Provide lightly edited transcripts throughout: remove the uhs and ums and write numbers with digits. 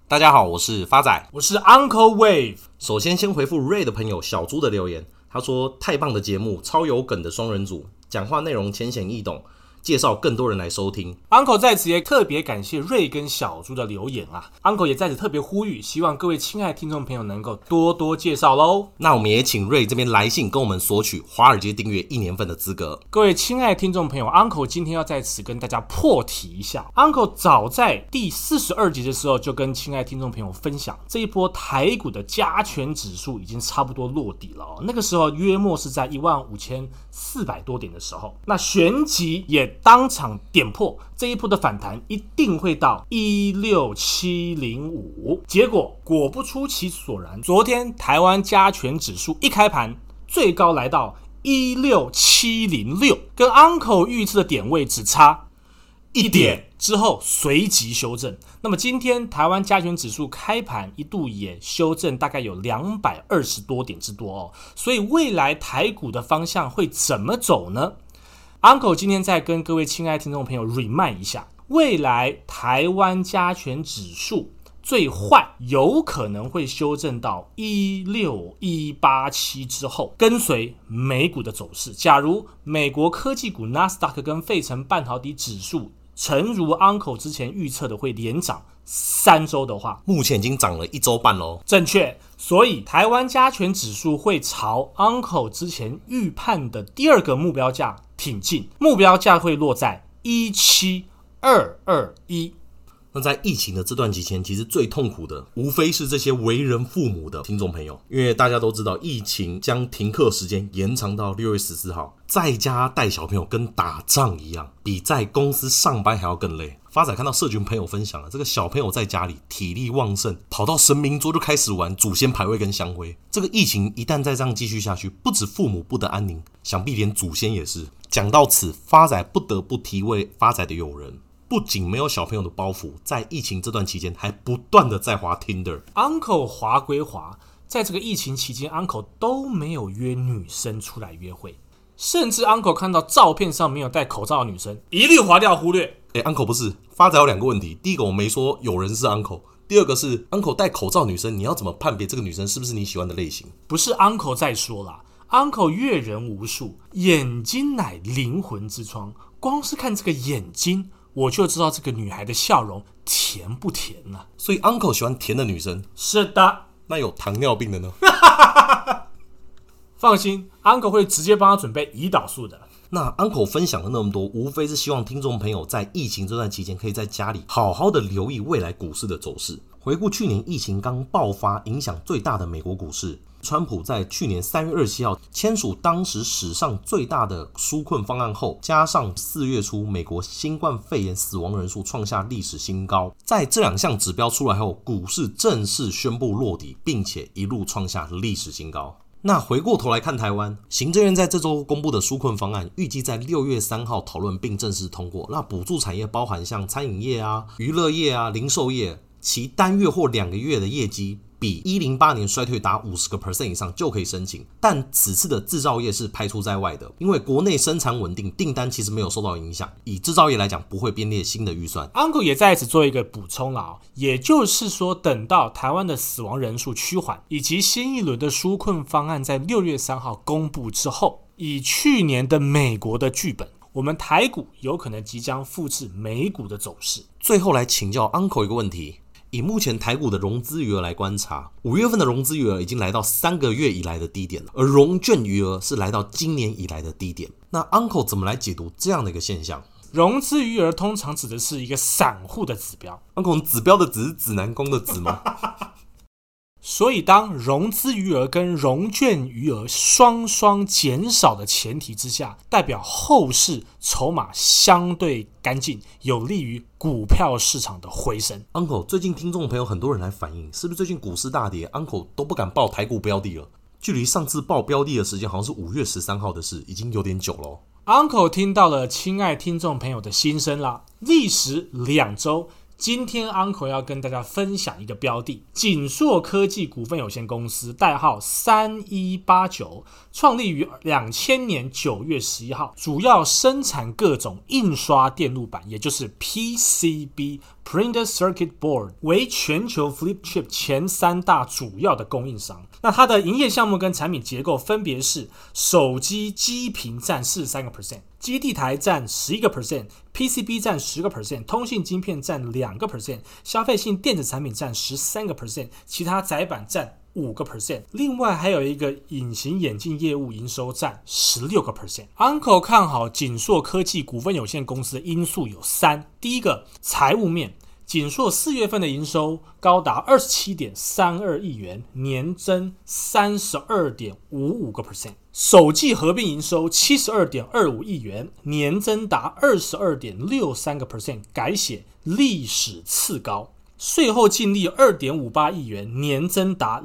大家好，我是发仔， 我是 Uncle Wave。 首先回复 Ray 的朋友小猪的留言，他说太棒的节目，超有梗的双人组，讲话内容浅显易懂，介绍更多人来收听。 Uncle 在此也特别感谢瑞跟小猪的留言啊 ，Uncle 也在此特别呼吁，希望各位亲爱的听众朋友能够多多介绍咯。 那我们也请 Ray 这边来信跟我们索取华尔街订阅1年份的资格。 各位亲爱的听众朋友 ，Uncle 今天要在此跟大家破题一下。Uncle 早在第42集的时候就跟亲爱的听众朋友分享，这一波台股的加权指数已经差不多落底了哦。那个时候约莫是在15400多点的时候，那旋即也当场点破这一波的反弹一定会到16705，结果果不出其所然，昨天台湾加权指数一开盘最高来到16706，跟 Uncle 预测的点位只差1点，之后随即修正。那么今天台湾加权指数开盘一度也修正大概有220多点之多哦，所以未来台股的方向会怎么走呢？Uncle 今天再跟各位亲爱的听众朋友 remind 一下，未来台湾加权指数最坏有可能会修正到16187之后，跟随美股的走势。假如美国科技股纳斯达克跟费城半导体指数诚如 Uncle 之前预测的会连涨3周的话， 目前已经涨了1周半咯。 正确。所以台湾加权指数会朝 Uncle 之前预判的第二个目标价挺进，目标价会落在17221。 那在疫情的这段期间，其实最痛苦的无非是这些为人父母的听众朋友，因为大家都知道疫情将停课时间延长到6月14号，在家带小朋友跟打仗一样，比在公司上班还要更累。发仔看到社群朋友分享了，这个小朋友在家里体力旺盛，跑到神明桌就开始玩祖先牌位跟香灰。这个疫情一旦再这样继续下去，不止父母不得安宁，想必连祖先也是。讲到此，发仔不得不提为发仔的友人，不仅没有小朋友的包袱，在疫情这段期间还不断的在滑 Tinder。Uncle 滑归滑，在这个疫情期间 Uncle 都没有约女生出来约会，甚至 Uncle 看到照片上没有戴口罩的女生一律滑掉忽略。 Uncle 不是，发仔有2个问题，第一个我没说有人是 Uncle， 第二个是 Uncle 戴口罩女生，你要怎么判别这个女生是不是你喜欢的类型？ 不是 Uncle 在说啦， Uncle 阅人无数，眼睛乃灵魂之窗，光是看这个眼睛我就知道这个女孩的笑容甜不甜啊。 所以 Uncle 喜欢甜的女生？ 是的。 那有糖尿病的呢？ 放心， Uncle 会直接帮他准备胰岛素的。 那 Uncle 分享了那么多，无非是希望听众朋友在疫情这段期间可以在家里好好的留意未来股市的走势。回顾去年疫情刚爆发影响最大的美国股市，川普在去年3月27号签署当时史上最大的纾困方案后，加上4月初美国新冠肺炎死亡人数创下历史新高，在这2项指标出来后，股市正式宣布落底，并且一路创下历史新高。那回过头来看台湾，行政院在这周公布的纾困方案，预计在6月3号讨论并正式通过。那补助产业包含像餐饮业啊、娱乐业啊、零售业，其单月或2个月的业绩比108年衰退达 50% 以上就可以申请，但此次的制造业是排除在外的，因为国内生产稳定，订单其实没有受到影响，以制造业来讲不会编列新的预算。 Uncle 也在此做一个补充啦，也就是说等到台湾的死亡人数趋缓，以及新一轮的纾困方案在6月3号公布之后，以去年的美国的剧本，我们台股有可能即将复制美股的走势。 最后来请教 Uncle 一个问题，以目前台股的融资余额来观察，5月份的融资余额已经来到3个月以来的低点了，而融券余额是来到今年以来的低点。那 Uncle 怎么来解读这样的一个现象？ 融资余额通常指的是一个散户的指标。 Uncle 指标的指是指南宫的指吗？ 所以当融资余额跟融券余额双双减少的前提之下，代表后市筹码相对干净，有利于股票市场的回升。 Uncle 最近听众朋友很多人来反映，是不是最近股市大跌 Uncle 都不敢报台股标的了？距离上次报标的的时间好像是5月13号的事，已经有点久了。 Uncle 听到了亲爱听众朋友的心声啦，历时2周今天 Uncle 要跟大家分享一个标的，景硕科技股份有限公司，代号3189，创立于2000年9月11号，主要生产各种印刷电路板，也就是 PCB Printed Circuit Board， 为全球 Flip Chip 前3大主要的供应商。那它的营业项目跟产品结构分别是手机基屏占 43%， 基地台占 11%， PCB 占 10%， 通信晶片占 2%， 消费性电子产品占 13%， 其他载板占5%， 另外还有一个隐形眼镜业务营收占 16%。 Uncle 看好景硕科技股份有限公司的因素有3。第一个，财务面，景硕4月份的营收高达 27.32 亿元，年增 32.55%。首季合并营收 72.25 亿元，年增达 22.63%， 改写历史次高。税后净利 2.58 亿元，年增达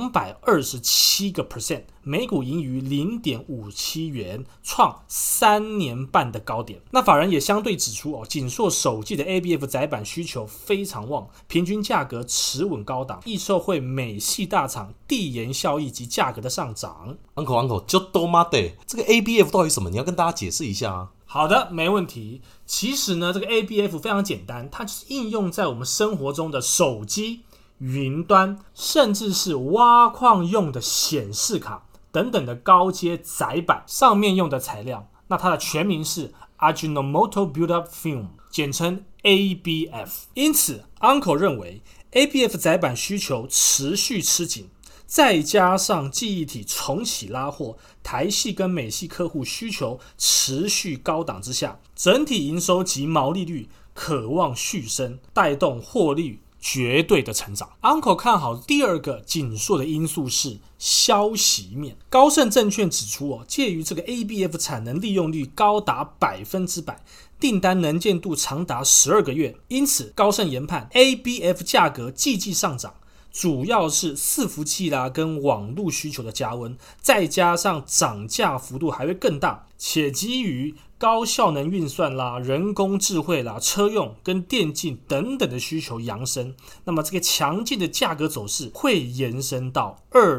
227%， 每股盈余 0.57 元，创3年半的高点。那法人也相对指出，景硕首季的 ABF 载板需求非常旺，平均价格持稳高档，易受惠美系大厂递延效益及价格的上涨。 Uncle， 就多妈的，这个 ABF 到底什么？你要跟大家解释一下啊。 好的，没问题。其实呢，这个 ABF 非常简单，它就是应用在我们生活中的手机、云端，甚至是挖矿用的显示卡等等的高阶载板上面用的材料。那它的全名是 Ajinomoto Build-up Film， 简称 ABF。因此 Uncle 认为 ABF 载板需求持续吃紧，再加上记忆体重启拉货，台系跟美系客户需求持续高档之下，整体营收及毛利率可望续升，带动获利绝对的成长。 Uncle 看好第二个景硕的因素是消息面。高盛证券指出，介于这个 ABF 产能利用率高达 100%， 订单能见度长达12个月，因此高盛研判 ABF 价格季上涨，主要是伺服器跟网络需求的加温，再加上涨价幅度还会更大，且基于高效能运算人工智慧车用跟电竞等等的需求扬升，那么这个强劲的价格走势会延伸到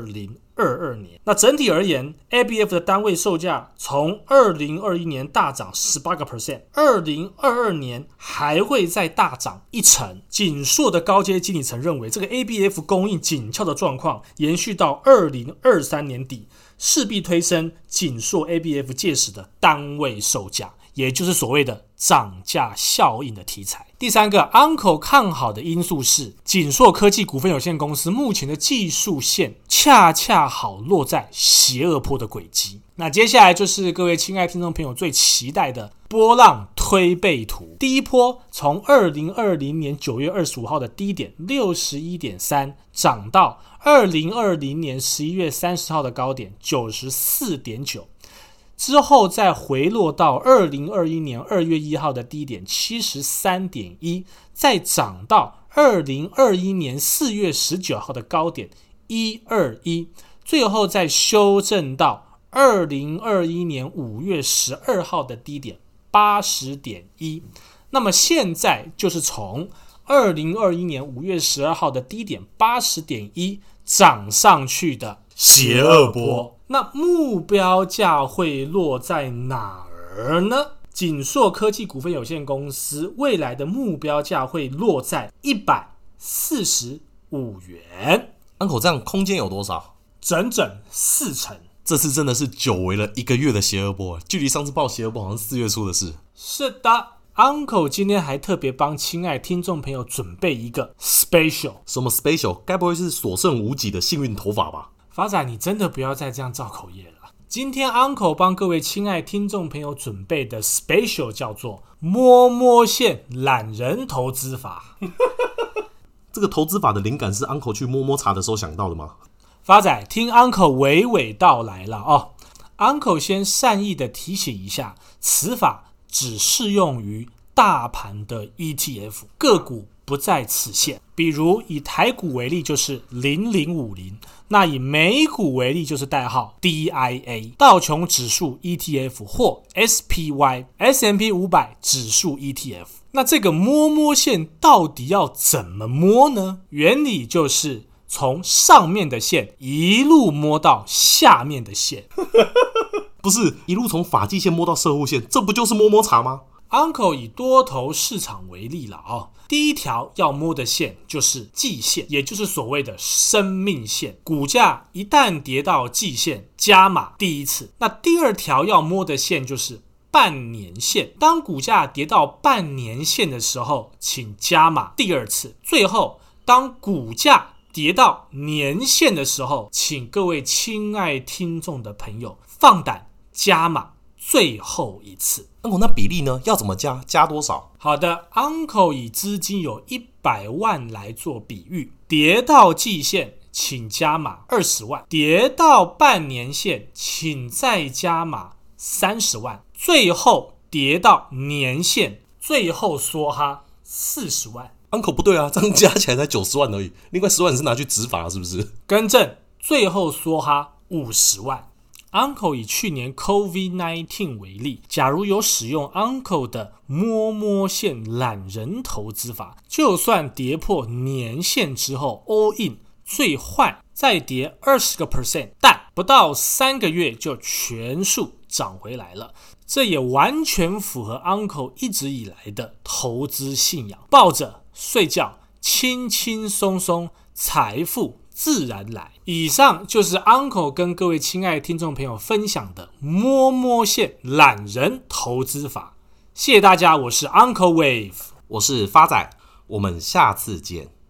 2022年。那整体而言 ABF 的单位售价从2021年大涨 18%， 2022年还会再大涨1成。景硕的高阶经理层认为，这个 ABF 供应紧俏的状况延续到2023年底，势必推升景硕 ABF 届时的单位售价，也就是所谓的涨价效应的题材。第三个 Uncle 看好的因素是景硕科技股份有限公司目前的技术线恰恰好落在邪恶波的轨迹。那接下来就是各位亲爱听众朋友最期待的波浪推背图。第一波从2020年9月25号的低点 61.3 涨到2020年11月30号的高点 94.9，之后再回落到2021年2月1号的低点 73.1， 再涨到2021年4月19号的高点 121， 最后再修正到2021年5月12号的低点 80.1。 那么现在就是从2021年5月12号的低点 80.1 涨上去的邪恶波。那目标价会落在哪儿呢？景硕科技股份有限公司未来的目标价会落在145元。 Uncle， 这样空间有多少？ 整整4成。 这次真的是久违了1个月的邪恶波，距离上次报邪恶波好像4月初的事。 是的， Uncle 今天还特别帮亲爱听众朋友准备一个 special。 什么 special？ 该不会是所剩无几的幸运头发吧？ 发仔，你真的不要再这样造口业了。今天 Uncle 帮各位亲爱听众朋友准备的 special 叫做摸摸线懒人投资法。 这个投资法的灵感是 Uncle 去摸摸茶的时候想到的吗？ 发仔，听 Uncle 娓娓道来了哦。Uncle 先善意的提醒一下，此法只适用于大盘的 ETF， 个股不在此限。比如以台股为例就是0050，那以美股为例就是代号 DIA 道琼指数 ETF 或 SPY S&P 500指数 ETF。 那这个摸摸线到底要怎么摸呢？原理就是从上面的线一路摸到下面的线。 不是一路从发际线摸到射护线，这不就是摸摸茶吗？ Uncle 以多头市场为例了第一条要摸的线就是季线，也就是所谓的生命线。股价一旦跌到季线，加码第一次。那第二条要摸的线就是半年线，当股价跌到半年线的时候，请加码第二次。最后，当股价跌到年线的时候，请各位亲爱听众的朋友放胆加码最后一次。 Uncle， 那比例呢？要怎么加？加多少？ 好的 ，Uncle 以资金有100万来做比喻，跌到季线请加码20万，跌到半年线请再加码30万，最后跌到年线，最后梭哈40万。 Uncle 不对啊，这样加起来才90万而已，另外10万是拿去执法是不是？ 更正，最后梭哈50万。Uncle 以去年 COVID-19 为例，假如有使用 Uncle 的摸摸线懒人投资法，就算跌破年线之后 all in， 最坏再跌20%，但不到3个月就全数涨回来了。这也完全符合 Uncle 一直以来的投资信仰，抱着睡觉轻轻松松，财富自然来。以上就是 Uncle 跟各位亲爱的听众朋友分享的摸摸线懒人投资法。谢谢大家，我是 Uncle Wave， 我是发仔，我们下次见。